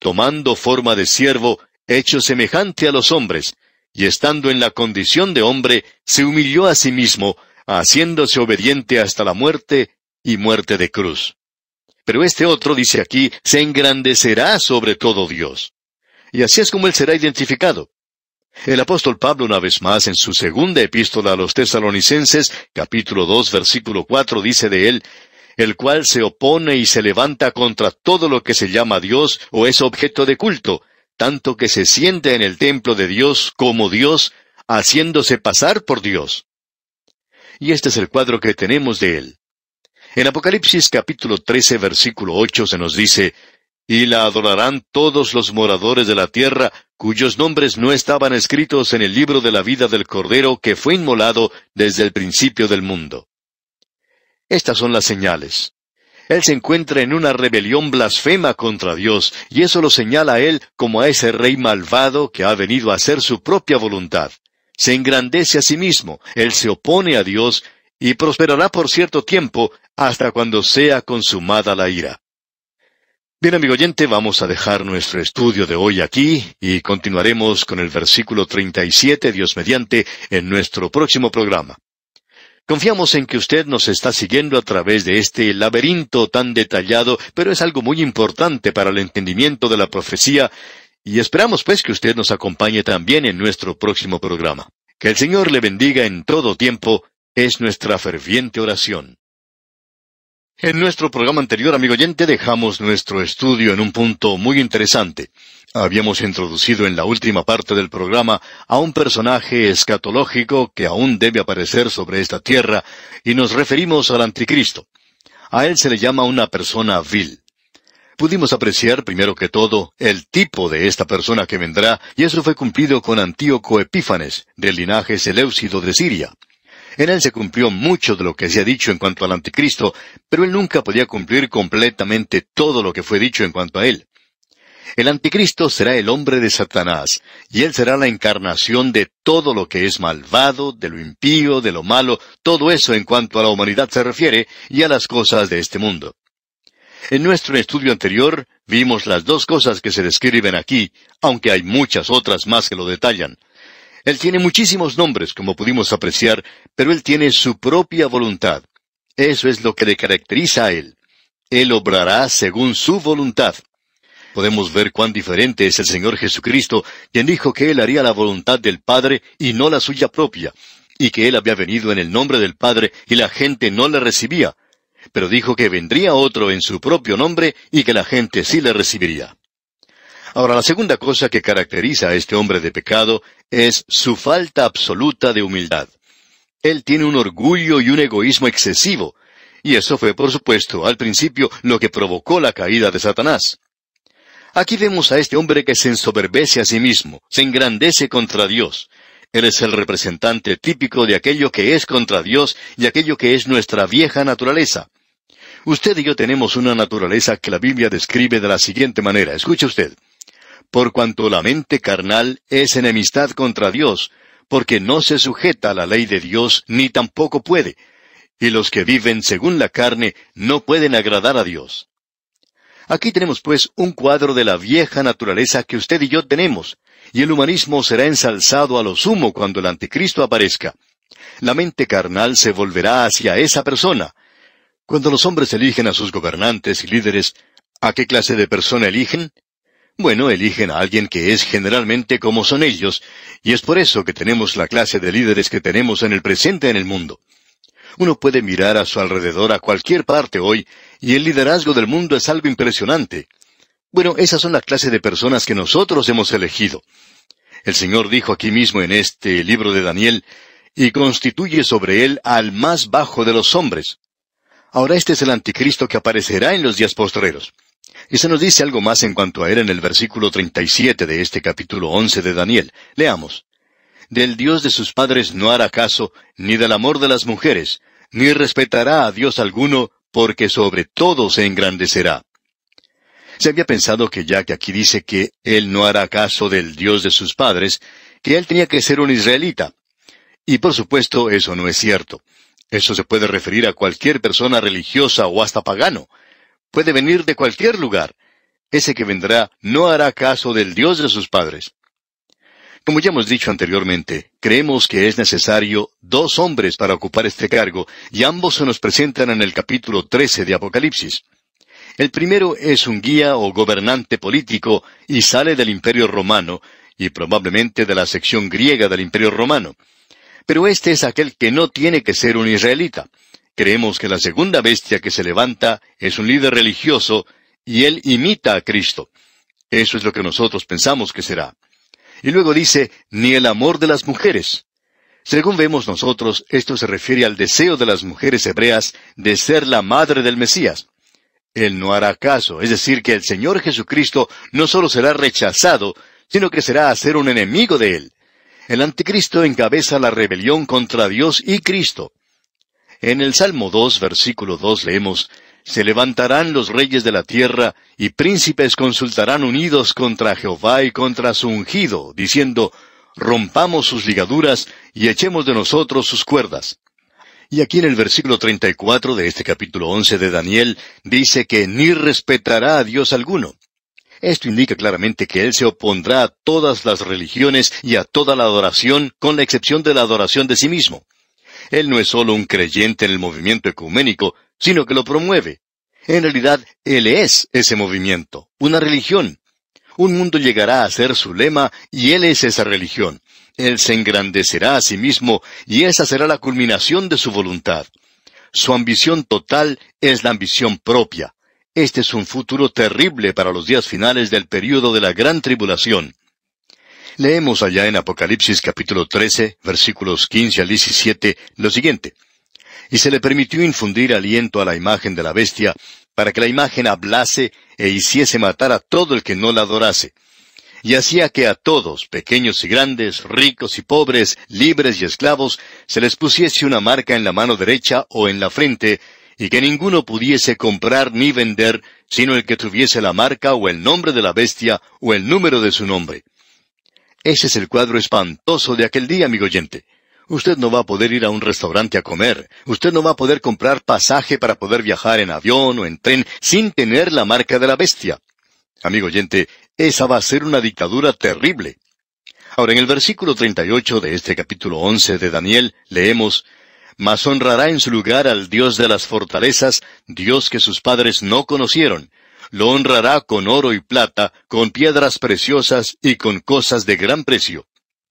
tomando forma de siervo, hecho semejante a los hombres, y estando en la condición de hombre, se humilló a sí mismo, haciéndose obediente hasta la muerte y muerte de cruz. Pero este otro, dice aquí, se engrandecerá sobre todo Dios. Y así es como él será identificado. El apóstol Pablo, una vez más, en su segunda epístola a los Tesalonicenses, capítulo 2, versículo 4, dice de él, el cual se opone y se levanta contra todo lo que se llama Dios o es objeto de culto, tanto que se siente en el templo de Dios como Dios, haciéndose pasar por Dios. Y este es el cuadro que tenemos de él. En Apocalipsis capítulo 13, versículo 8 se nos dice, y la adorarán todos los moradores de la tierra, cuyos nombres no estaban escritos en el libro de la vida del Cordero que fue inmolado desde el principio del mundo. Estas son las señales. Él se encuentra en una rebelión blasfema contra Dios, y eso lo señala a él como a ese rey malvado que ha venido a hacer su propia voluntad. Se engrandece a sí mismo, él se opone a Dios, y prosperará por cierto tiempo, hasta cuando sea consumada la ira. Bien, amigo oyente, vamos a dejar nuestro estudio de hoy aquí, y continuaremos con el versículo 37, Dios mediante, en nuestro próximo programa. Confiamos en que usted nos está siguiendo a través de este laberinto tan detallado, pero es algo muy importante para el entendimiento de la profecía, y esperamos pues que usted nos acompañe también en nuestro próximo programa. Que el Señor le bendiga en todo tiempo, es nuestra ferviente oración. En nuestro programa anterior, amigo oyente, dejamos nuestro estudio en un punto muy interesante. Habíamos introducido en la última parte del programa a un personaje escatológico que aún debe aparecer sobre esta tierra, y nos referimos al Anticristo. A él se le llama una persona vil. Pudimos apreciar, primero que todo, el tipo de esta persona que vendrá, y eso fue cumplido con Antíoco Epífanes, del linaje seleucido de Siria. En él se cumplió mucho de lo que se ha dicho en cuanto al Anticristo, pero él nunca podía cumplir completamente todo lo que fue dicho en cuanto a él. El Anticristo será el hombre de Satanás, y él será la encarnación de todo lo que es malvado, de lo impío, de lo malo, todo eso en cuanto a la humanidad se refiere, y a las cosas de este mundo. En nuestro estudio anterior, vimos las dos cosas que se describen aquí, aunque hay muchas otras más que lo detallan. Él tiene muchísimos nombres, como pudimos apreciar, pero él tiene su propia voluntad. Eso es lo que le caracteriza a él. Él obrará según su voluntad. Podemos ver cuán diferente es el Señor Jesucristo, quien dijo que él haría la voluntad del Padre y no la suya propia, y que él había venido en el nombre del Padre y la gente no le recibía, pero dijo que vendría otro en su propio nombre y que la gente sí le recibiría. Ahora, la segunda cosa que caracteriza a este hombre de pecado es su falta absoluta de humildad. Él tiene un orgullo y un egoísmo excesivo, y eso fue, por supuesto, al principio lo que provocó la caída de Satanás. Aquí vemos a este hombre que se ensoberbece a sí mismo, se engrandece contra Dios. Él es el representante típico de aquello que es contra Dios y aquello que es nuestra vieja naturaleza. Usted y yo tenemos una naturaleza que la Biblia describe de la siguiente manera. Escuche usted. Por cuanto la mente carnal es enemistad contra Dios, porque no se sujeta a la ley de Dios, ni tampoco puede. Y los que viven según la carne no pueden agradar a Dios. Aquí tenemos pues un cuadro de la vieja naturaleza que usted y yo tenemos, y el humanismo será ensalzado a lo sumo cuando el Anticristo aparezca. La mente carnal se volverá hacia esa persona. Cuando los hombres eligen a sus gobernantes y líderes, ¿a qué clase de persona eligen? Bueno, eligen a alguien que es generalmente como son ellos, y es por eso que tenemos la clase de líderes que tenemos en el presente en el mundo. Uno puede mirar a su alrededor a cualquier parte hoy, y el liderazgo del mundo es algo impresionante. Bueno, esas son la clase de personas que nosotros hemos elegido. El Señor dijo aquí mismo en este libro de Daniel, y constituye sobre él al más bajo de los hombres. Ahora este es el Anticristo que aparecerá en los días postreros. Y se nos dice algo más en cuanto a él en el versículo 37 de este capítulo 11 de Daniel. Leamos. Del Dios de sus padres no hará caso, ni del amor de las mujeres, ni respetará a Dios alguno, porque sobre todo se engrandecerá. Se había pensado que ya que aquí dice que él no hará caso del Dios de sus padres, que él tenía que ser un israelita. Y por supuesto eso no es cierto. Eso se puede referir a cualquier persona religiosa o hasta pagano. Puede venir de cualquier lugar. ese que vendrá no hará caso del Dios de sus padres. Como ya hemos dicho anteriormente, creemos que es necesario 2 hombres para ocupar este cargo, y ambos se nos presentan en el capítulo 13 de Apocalipsis. El primero es un guía o gobernante político y sale del Imperio Romano, y probablemente de la sección griega del Imperio Romano. Pero este es aquel que no tiene que ser un israelita. Creemos que la segunda bestia que se levanta es un líder religioso, y él imita a Cristo. Eso es lo que nosotros pensamos que será. Y luego dice, ni el amor de las mujeres. Según vemos nosotros, esto se refiere al deseo de las mujeres hebreas de ser la madre del Mesías. Él no hará caso, es decir, que el Señor Jesucristo no solo será rechazado, sino que será a ser un enemigo de él. El anticristo encabeza la rebelión contra Dios y Cristo. En el Salmo 2, versículo 2 leemos, se levantarán los reyes de la tierra, y príncipes consultarán unidos contra Jehová y contra su ungido, diciendo, rompamos sus ligaduras, y echemos de nosotros sus cuerdas. Y aquí en el versículo 34 de este capítulo 11 de Daniel, dice que ni respetará a Dios alguno. Esto indica claramente que él se opondrá a todas las religiones y a toda la adoración, con la excepción de la adoración de sí mismo. Él no es solo un creyente en el movimiento ecuménico, sino que lo promueve. En realidad, él es ese movimiento, una religión. Un mundo llegará a ser su lema, y él es esa religión. Él se engrandecerá a sí mismo, y esa será la culminación de su voluntad. Su ambición total es la ambición propia. Este es un futuro terrible para los días finales del período de la gran tribulación. Leemos allá en Apocalipsis capítulo 13, versículos 15 al 17, lo siguiente. Y se le permitió infundir aliento a la imagen de la bestia, para que la imagen hablase e hiciese matar a todo el que no la adorase. Y hacía que a todos, pequeños y grandes, ricos y pobres, libres y esclavos, se les pusiese una marca en la mano derecha o en la frente, y que ninguno pudiese comprar ni vender, sino el que tuviese la marca o el nombre de la bestia o el número de su nombre. Ese es el cuadro espantoso de aquel día, amigo oyente. Usted no va a poder ir a un restaurante a comer. Usted no va a poder comprar pasaje para poder viajar en avión o en tren sin tener la marca de la bestia. Amigo oyente, esa va a ser una dictadura terrible. Ahora, en el versículo 38 de este capítulo 11 de Daniel, leemos, mas honrará en su lugar al Dios de las fortalezas, Dios que sus padres no conocieron. Lo honrará con oro y plata, con piedras preciosas y con cosas de gran precio.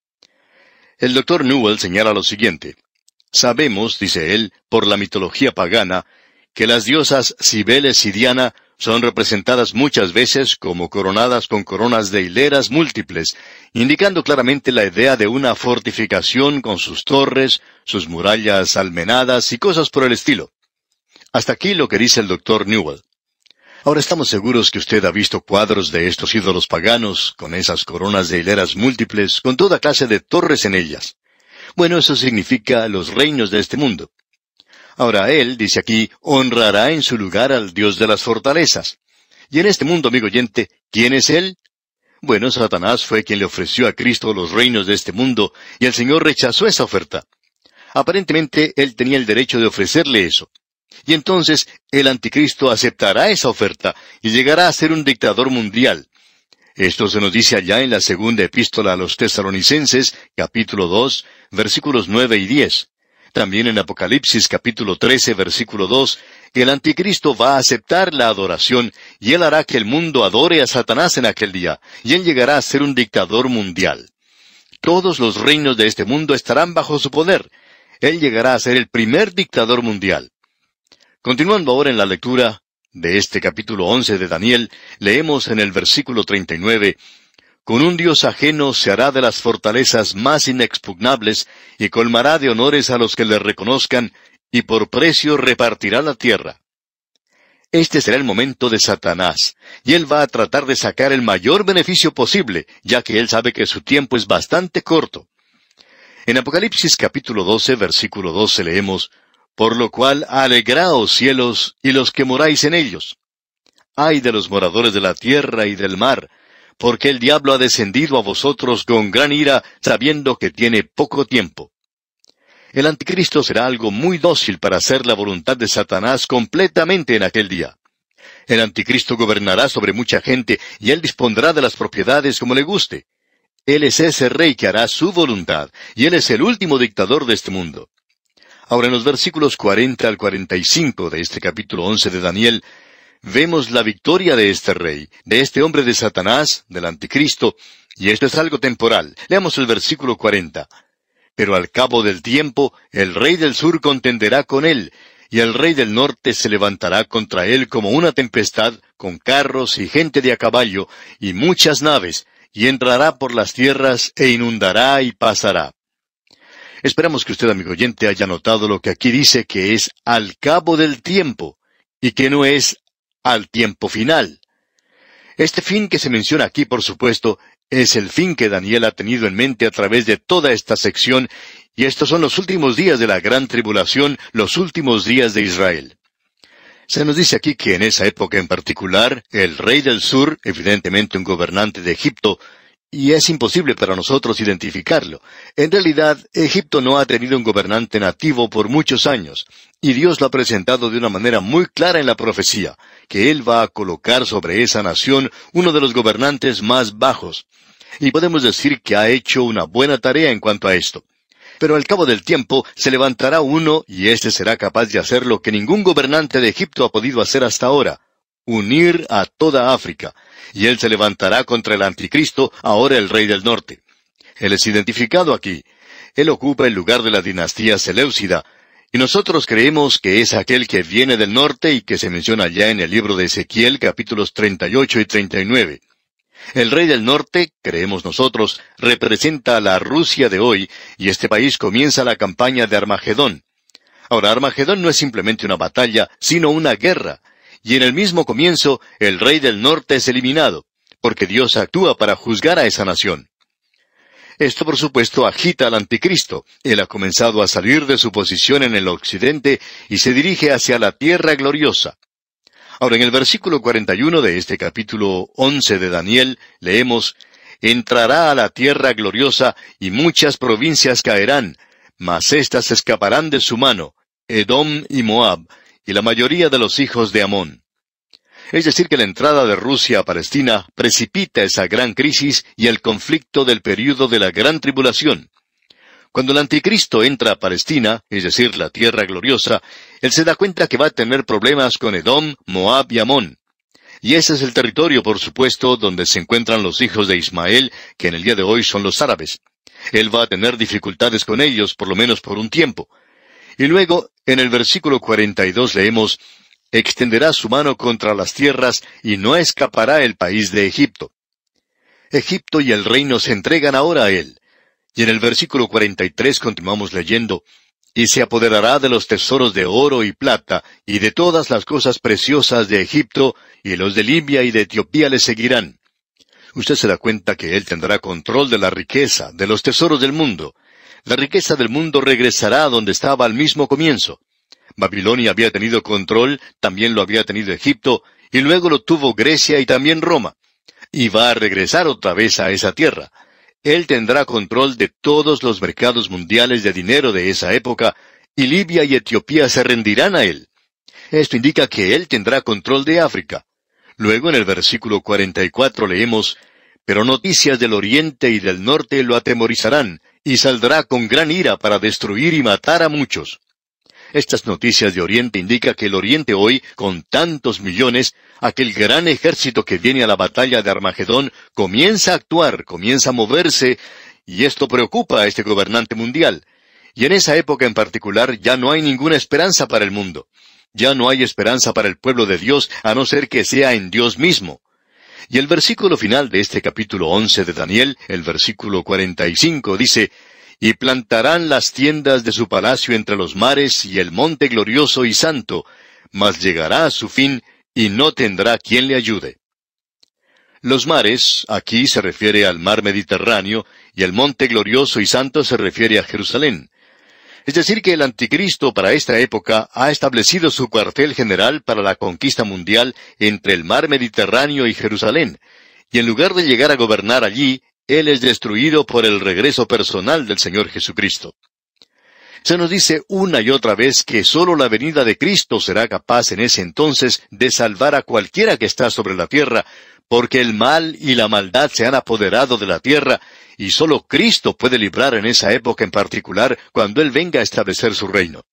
El Dr. Newell señala lo siguiente. Sabemos, dice él, por la mitología pagana, que las diosas Cibeles y Diana son representadas muchas veces como coronadas con coronas de hileras múltiples, indicando claramente la idea de una fortificación con sus torres, sus murallas almenadas y cosas por el estilo. Hasta aquí lo que dice el Dr. Newell. Ahora estamos seguros que usted ha visto cuadros de estos ídolos paganos, con esas coronas de hileras múltiples, con toda clase de torres en ellas. Bueno, eso significa los reinos de este mundo. Ahora él, dice aquí, honrará en su lugar al Dios de las fortalezas. Y en este mundo, amigo oyente, ¿quién es él? Bueno, Satanás fue quien le ofreció a Cristo los reinos de este mundo, y el Señor rechazó esa oferta. Aparentemente, él tenía el derecho de ofrecerle eso. Y entonces, el anticristo aceptará esa oferta, y llegará a ser un dictador mundial. Esto se nos dice allá en la segunda epístola a los Tesalonicenses, capítulo 2, versículos 9 y 10. También en Apocalipsis capítulo 13, versículo 2, que el anticristo va a aceptar la adoración, y él hará que el mundo adore a Satanás en aquel día, y él llegará a ser un dictador mundial. Todos los reinos de este mundo estarán bajo su poder. Él llegará a ser el primer dictador mundial. Continuando ahora en la lectura de este capítulo 11 de Daniel, leemos en el versículo 39, con un Dios ajeno se hará de las fortalezas más inexpugnables, y colmará de honores a los que le reconozcan, y por precio repartirá la tierra. Este será el momento de Satanás, y él va a tratar de sacar el mayor beneficio posible, ya que él sabe que su tiempo es bastante corto. En Apocalipsis capítulo 12, versículo 12 leemos, por lo cual alegraos cielos, y los que moráis en ellos. Ay de los moradores de la tierra y del mar, porque el diablo ha descendido a vosotros con gran ira, sabiendo que tiene poco tiempo. El anticristo será algo muy dócil para hacer la voluntad de Satanás completamente en aquel día. El anticristo gobernará sobre mucha gente y él dispondrá de las propiedades como le guste. Él es ese rey que hará su voluntad, y él es el último dictador de este mundo. Ahora, en los versículos 40 al 45 de este capítulo 11 de Daniel, vemos la victoria de este rey, de este hombre de Satanás, del anticristo, y esto es algo temporal. Leamos el versículo 40. Pero al cabo del tiempo, el rey del sur contenderá con él, y el rey del norte se levantará contra él como una tempestad, con carros y gente de a caballo, y muchas naves, y entrará por las tierras, e inundará y pasará. Esperamos que usted, amigo oyente, haya notado lo que aquí dice que es al cabo del tiempo, y que no es al tiempo final. Este fin que se menciona aquí, por supuesto, es el fin que Daniel ha tenido en mente a través de toda esta sección, y estos son los últimos días de la gran tribulación, los últimos días de Israel. Se nos dice aquí que en esa época en particular, el rey del sur, evidentemente un gobernante de Egipto, y es imposible para nosotros identificarlo. En realidad, Egipto no ha tenido un gobernante nativo por muchos años, y Dios lo ha presentado de una manera muy clara en la profecía, que Él va a colocar sobre esa nación uno de los gobernantes más bajos. Y podemos decir que ha hecho una buena tarea en cuanto a esto. Pero al cabo del tiempo se levantará uno, y éste será capaz de hacer lo que ningún gobernante de Egipto ha podido hacer hasta ahora: unir a toda África, y él se levantará contra el anticristo, ahora el rey del norte. Él es identificado aquí. Él ocupa el lugar de la dinastía Seleucida, y nosotros creemos que es aquel que viene del norte y que se menciona ya en el libro de Ezequiel, capítulos 38 y 39. El rey del norte, creemos nosotros, representa a la Rusia de hoy, y este país comienza la campaña de Armagedón. Ahora, Armagedón no es simplemente una batalla, sino una guerra. Y en el mismo comienzo, el rey del norte es eliminado, porque Dios actúa para juzgar a esa nación. Esto, por supuesto, agita al anticristo. Él ha comenzado a salir de su posición en el occidente y se dirige hacia la tierra gloriosa. Ahora, en el versículo 41 de este capítulo 11 de Daniel, leemos: «Entrará a la tierra gloriosa, y muchas provincias caerán, mas éstas escaparán de su mano, Edom y Moab, y la mayoría de los hijos de Amón». Es decir, que la entrada de Rusia a Palestina precipita esa gran crisis y el conflicto del período de la gran tribulación. Cuando el anticristo entra a Palestina, es decir, la tierra gloriosa, él se da cuenta que va a tener problemas con Edom, Moab y Amón. Y ese es el territorio, por supuesto, donde se encuentran los hijos de Ismael, que en el día de hoy son los árabes. Él va a tener dificultades con ellos, por lo menos por un tiempo. Y luego, en el versículo 42 leemos: «Extenderá su mano contra las tierras, y no escapará el país de Egipto». Egipto y el reino se entregan ahora a él. Y en el versículo 43 continuamos leyendo: «Y se apoderará de los tesoros de oro y plata, y de todas las cosas preciosas de Egipto, y los de Libia y de Etiopía le seguirán». Usted se da cuenta que él tendrá control de la riqueza, de los tesoros del mundo. La riqueza del mundo regresará a donde estaba al mismo comienzo. Babilonia había tenido control, también lo había tenido Egipto, y luego lo tuvo Grecia y también Roma. Y va a regresar otra vez a esa tierra. Él tendrá control de todos los mercados mundiales de dinero de esa época, y Libia y Etiopía se rendirán a él. Esto indica que él tendrá control de África. Luego en el versículo 44 leemos: «Pero noticias del oriente y del norte lo atemorizarán, y saldrá con gran ira para destruir y matar a muchos». Estas noticias de Oriente indican que el Oriente hoy, con tantos millones, aquel gran ejército que viene a la batalla de Armagedón, comienza a actuar, comienza a moverse, y esto preocupa a este gobernante mundial. Y en esa época en particular ya no hay ninguna esperanza para el mundo. Ya no hay esperanza para el pueblo de Dios, a no ser que sea en Dios mismo. Y el versículo final de este capítulo 11 de Daniel, el versículo 45, dice: «Y plantarán las tiendas de su palacio entre los mares y el monte glorioso y santo, mas llegará a su fin, y no tendrá quien le ayude». Los mares, aquí se refiere al mar Mediterráneo, y el monte glorioso y santo se refiere a Jerusalén. Es decir, que el anticristo para esta época ha establecido su cuartel general para la conquista mundial entre el mar Mediterráneo y Jerusalén, y en lugar de llegar a gobernar allí, él es destruido por el regreso personal del Señor Jesucristo. Se nos dice una y otra vez que sólo la venida de Cristo será capaz en ese entonces de salvar a cualquiera que está sobre la tierra, porque el mal y la maldad se han apoderado de la tierra, y sólo Cristo puede librar en esa época en particular cuando Él venga a establecer su reino.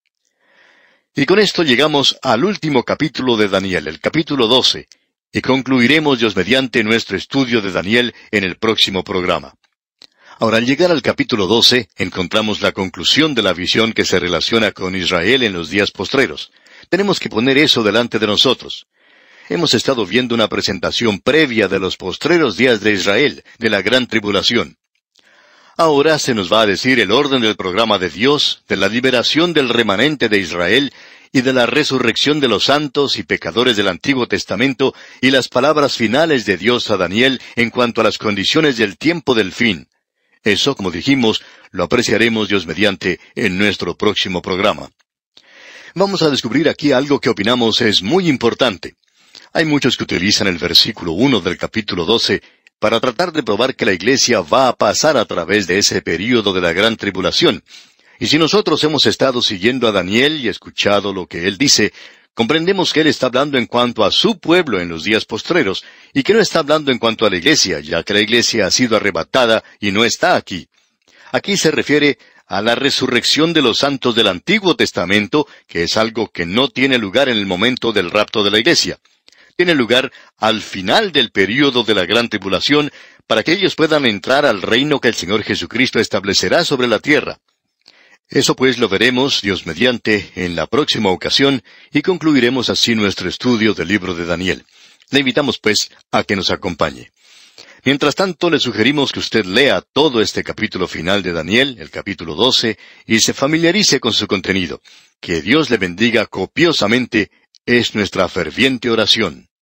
Y con esto llegamos al último capítulo de Daniel, el capítulo 12, y concluiremos Dios mediante nuestro estudio de Daniel en el próximo programa. Ahora, al llegar al capítulo 12, encontramos la conclusión de la visión que se relaciona con Israel en los días postreros. Tenemos que poner eso delante de nosotros. Hemos estado viendo una presentación previa de los postreros días de Israel, de la gran tribulación. Ahora se nos va a decir el orden del programa de Dios, de la liberación del remanente de Israel y de la resurrección de los santos y pecadores del Antiguo Testamento y las palabras finales de Dios a Daniel en cuanto a las condiciones del tiempo del fin. Eso, como dijimos, lo apreciaremos Dios mediante en nuestro próximo programa. Vamos a descubrir aquí algo que opinamos es muy importante. Hay muchos que utilizan el versículo 1 del capítulo 12 para tratar de probar que la iglesia va a pasar a través de ese período de la gran tribulación. Y si nosotros hemos estado siguiendo a Daniel y escuchado lo que él dice, comprendemos que él está hablando en cuanto a su pueblo en los días postreros, y que no está hablando en cuanto a la iglesia, ya que la iglesia ha sido arrebatada y no está aquí. Aquí se refiere a la resurrección de los santos del Antiguo Testamento, que es algo que no tiene lugar en el momento del rapto de la iglesia. Tiene lugar al final del período de la gran tribulación, para que ellos puedan entrar al reino que el Señor Jesucristo establecerá sobre la tierra. Eso pues lo veremos, Dios mediante, en la próxima ocasión, y concluiremos así nuestro estudio del libro de Daniel. Le invitamos pues a que nos acompañe. Mientras tanto, le sugerimos que usted lea todo este capítulo final de Daniel, el capítulo 12, y se familiarice con su contenido. Que Dios le bendiga copiosamente, es nuestra ferviente oración.